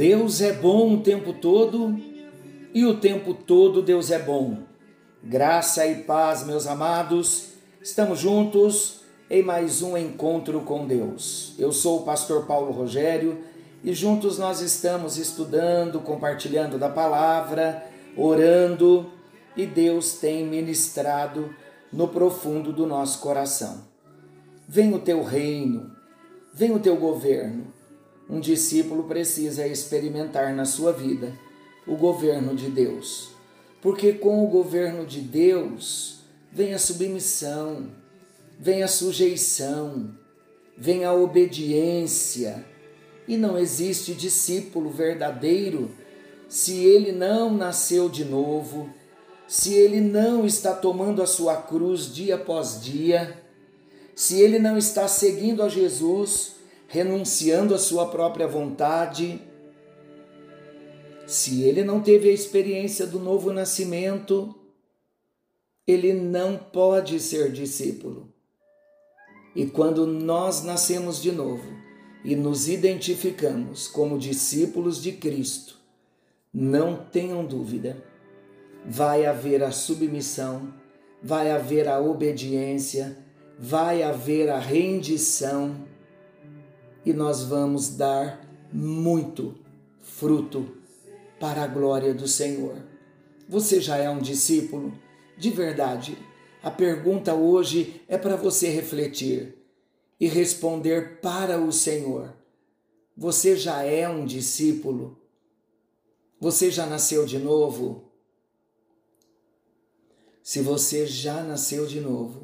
Deus é bom o tempo todo e o tempo todo Deus é bom. Graça e paz, meus amados, estamos juntos em mais um encontro com Deus. Eu sou o pastor Paulo Rogério e juntos nós estamos estudando, compartilhando da palavra, orando e Deus tem ministrado no profundo do nosso coração. Vem o teu reino, vem o teu governo. Um discípulo precisa experimentar na sua vida o governo de Deus, porque com o governo de Deus vem a submissão, vem a sujeição, vem a obediência, e não existe discípulo verdadeiro se ele não nasceu de novo, se ele não está tomando a sua cruz dia após dia, se ele não está seguindo a Jesus, renunciando à sua própria vontade, se ele não teve a experiência do novo nascimento, ele não pode ser discípulo. E quando nós nascemos de novo e nos identificamos como discípulos de Cristo, não tenham dúvida, vai haver a submissão, vai haver a obediência, vai haver a rendição, e nós vamos dar muito fruto para a glória do Senhor. Você já é um discípulo? De verdade, a pergunta hoje é para você refletir e responder para o Senhor. Você já é um discípulo? Você já nasceu de novo? Se você já nasceu de novo,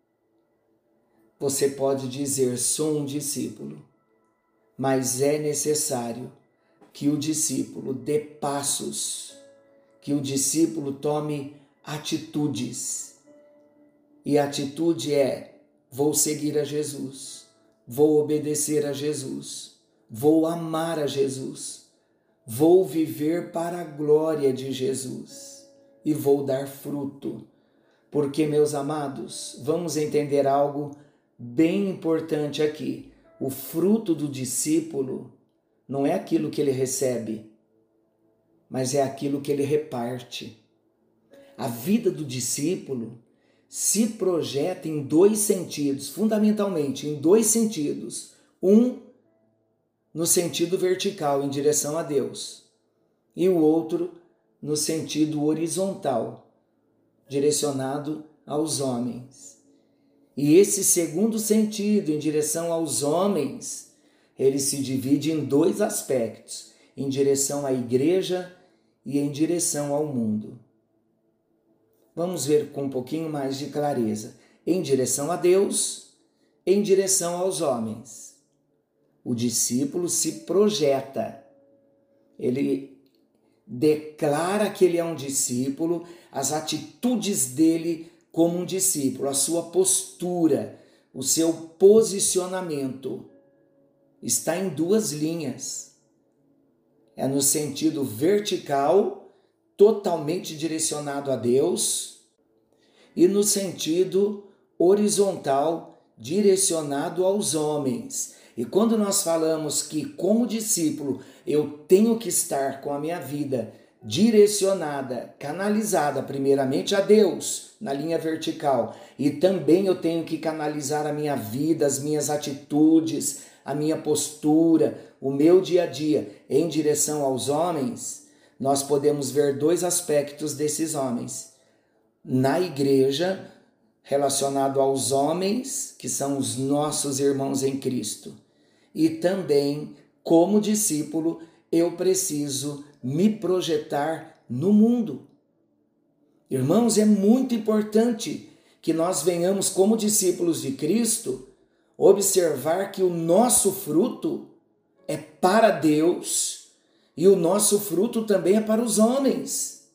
você pode dizer: sou um discípulo. Mas é necessário que o discípulo dê passos, que o discípulo tome atitudes. E a atitude é: vou seguir a Jesus, vou obedecer a Jesus, vou amar a Jesus, vou viver para a glória de Jesus e vou dar fruto. Porque, meus amados, vamos entender algo bem importante aqui. O fruto do discípulo não é aquilo que ele recebe, mas é aquilo que ele reparte. A vida do discípulo se projeta em dois sentidos, fundamentalmente em dois sentidos. Um, no sentido vertical, em direção a Deus, e o outro no sentido horizontal, direcionado aos homens. E esse segundo sentido, em direção aos homens, ele se divide em dois aspectos, em direção à igreja e em direção ao mundo. Vamos ver com um pouquinho mais de clareza. Em direção a Deus, em direção aos homens. O discípulo se projeta, ele declara que ele é um discípulo, as atitudes dele como um discípulo, a sua postura, o seu posicionamento está em duas linhas. É no sentido vertical, totalmente direcionado a Deus, e no sentido horizontal, direcionado aos homens. E quando nós falamos que, como discípulo, eu tenho que estar com a minha vida direcionada, canalizada primeiramente a Deus, na linha vertical, e também eu tenho que canalizar a minha vida, as minhas atitudes, a minha postura, o meu dia a dia em direção aos homens, nós podemos ver dois aspectos desses homens. Na igreja, relacionado aos homens, que são os nossos irmãos em Cristo, e também, como discípulo, eu preciso me projetar no mundo. Irmãos, é muito importante que nós venhamos, como discípulos de Cristo, observar que o nosso fruto é para Deus e o nosso fruto também é para os homens.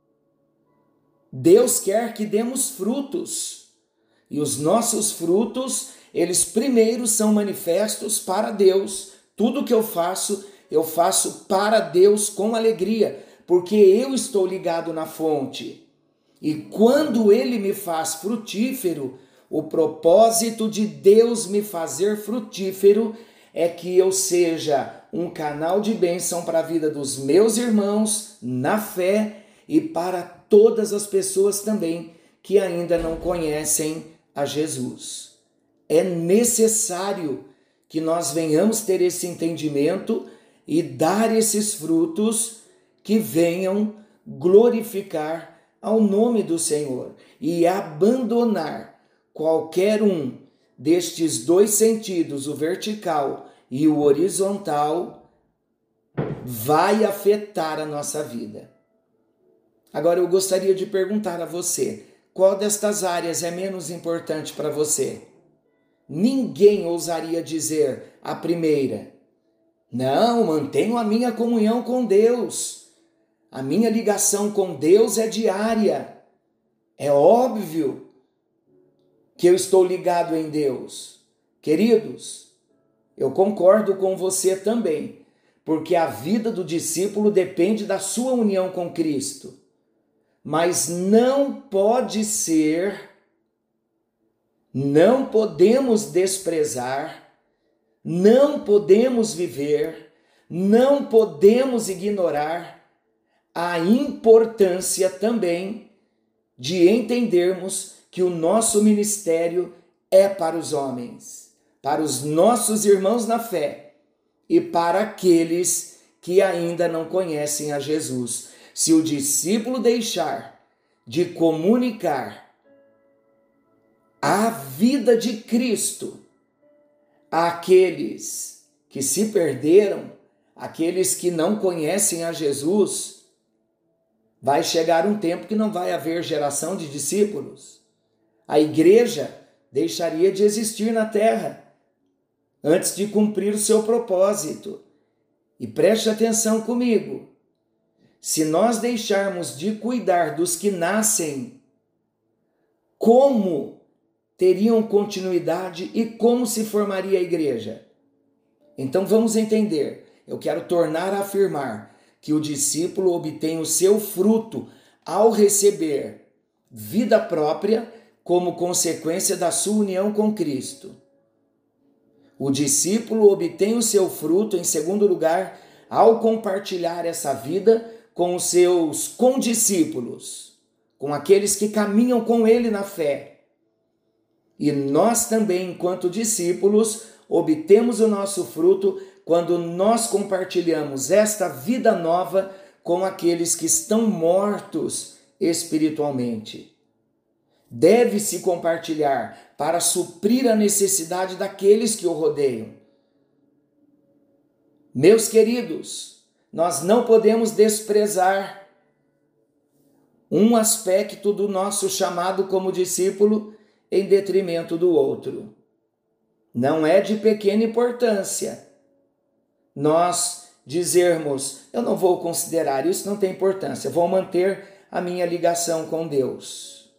Deus quer que demos frutos e os nossos frutos, eles primeiro são manifestos para Deus. Tudo que eu faço para Deus com alegria, porque eu estou ligado na fonte. E quando Ele me faz frutífero, o propósito de Deus me fazer frutífero é que eu seja um canal de bênção para a vida dos meus irmãos na fé e para todas as pessoas também que ainda não conhecem a Jesus. É necessário que nós venhamos ter esse entendimento e dar esses frutos que venham glorificar ao nome do Senhor e abandonar qualquer um destes dois sentidos, o vertical e o horizontal, vai afetar a nossa vida. Agora eu gostaria de perguntar a você, qual destas áreas é menos importante para você? Ninguém ousaria dizer a primeira. Não, mantenho a minha comunhão com Deus. A minha ligação com Deus é diária. É óbvio que eu estou ligado em Deus. Queridos, eu concordo com você também, porque a vida do discípulo depende da sua união com Cristo. Mas não pode ser, não podemos desprezar, não podemos viver, não podemos ignorar a importância também de entendermos que o nosso ministério é para os homens, para os nossos irmãos na fé e para aqueles que ainda não conhecem a Jesus. Se o discípulo deixar de comunicar a vida de Cristo àqueles que se perderam, aqueles que não conhecem a Jesus, vai chegar um tempo que não vai haver geração de discípulos. A igreja deixaria de existir na terra antes de cumprir o seu propósito. E preste atenção comigo. Se nós deixarmos de cuidar dos que nascem, como teriam continuidade e como se formaria a igreja? Então vamos entender. Eu quero tornar a afirmar que o discípulo obtém o seu fruto ao receber vida própria como consequência da sua união com Cristo. O discípulo obtém o seu fruto, em segundo lugar, ao compartilhar essa vida com os seus condiscípulos, com aqueles que caminham com ele na fé. E nós também, enquanto discípulos, obtemos o nosso fruto quando nós compartilhamos esta vida nova com aqueles que estão mortos espiritualmente. Deve-se compartilhar para suprir a necessidade daqueles que o rodeiam. Meus queridos, nós não podemos desprezar um aspecto do nosso chamado como discípulo em detrimento do outro. Não é de pequena importância nós dizermos, eu não vou considerar isso, não tem importância, vou manter a minha ligação com Deus.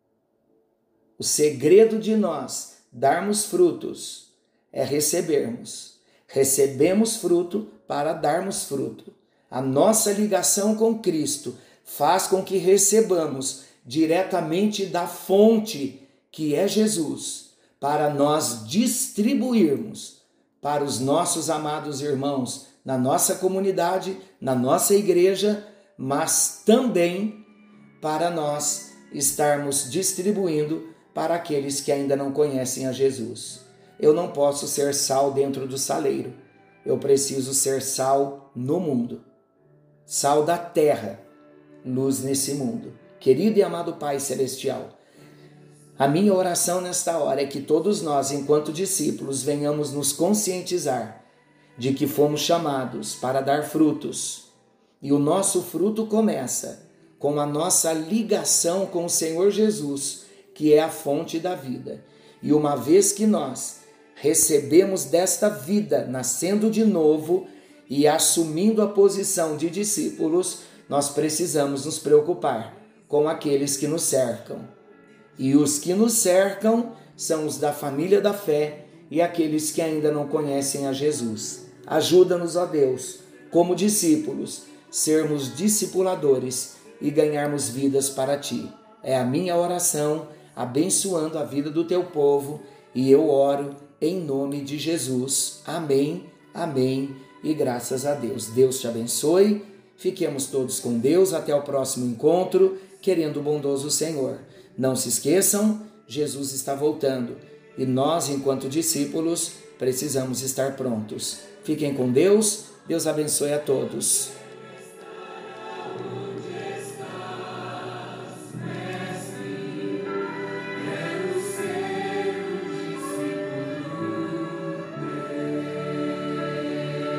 O segredo de nós darmos frutos é recebermos. Recebemos fruto para darmos fruto. A nossa ligação com Cristo faz com que recebamos diretamente da fonte, que é Jesus, para nós distribuirmos para os nossos amados irmãos na nossa comunidade, na nossa igreja, mas também para nós estarmos distribuindo para aqueles que ainda não conhecem a Jesus. Eu não posso ser sal dentro do saleiro. Eu preciso ser sal no mundo. Sal da terra, luz nesse mundo. Querido e amado Pai Celestial, a minha oração nesta hora é que todos nós, enquanto discípulos, venhamos nos conscientizar de que fomos chamados para dar frutos. E o nosso fruto começa com a nossa ligação com o Senhor Jesus, que é a fonte da vida. E uma vez que nós recebemos desta vida, nascendo de novo e assumindo a posição de discípulos, nós precisamos nos preocupar com aqueles que nos cercam. E os que nos cercam são os da família da fé e aqueles que ainda não conhecem a Jesus. Ajuda-nos, ó Deus, como discípulos, sermos discipuladores e ganharmos vidas para Ti. É a minha oração, abençoando a vida do Teu povo, e eu oro em nome de Jesus. Amém, amém e graças a Deus. Deus te abençoe, fiquemos todos com Deus, até o próximo encontro, querendo o bondoso Senhor. Não se esqueçam, Jesus está voltando e nós, enquanto discípulos, precisamos estar prontos. Fiquem com Deus, Deus abençoe a todos.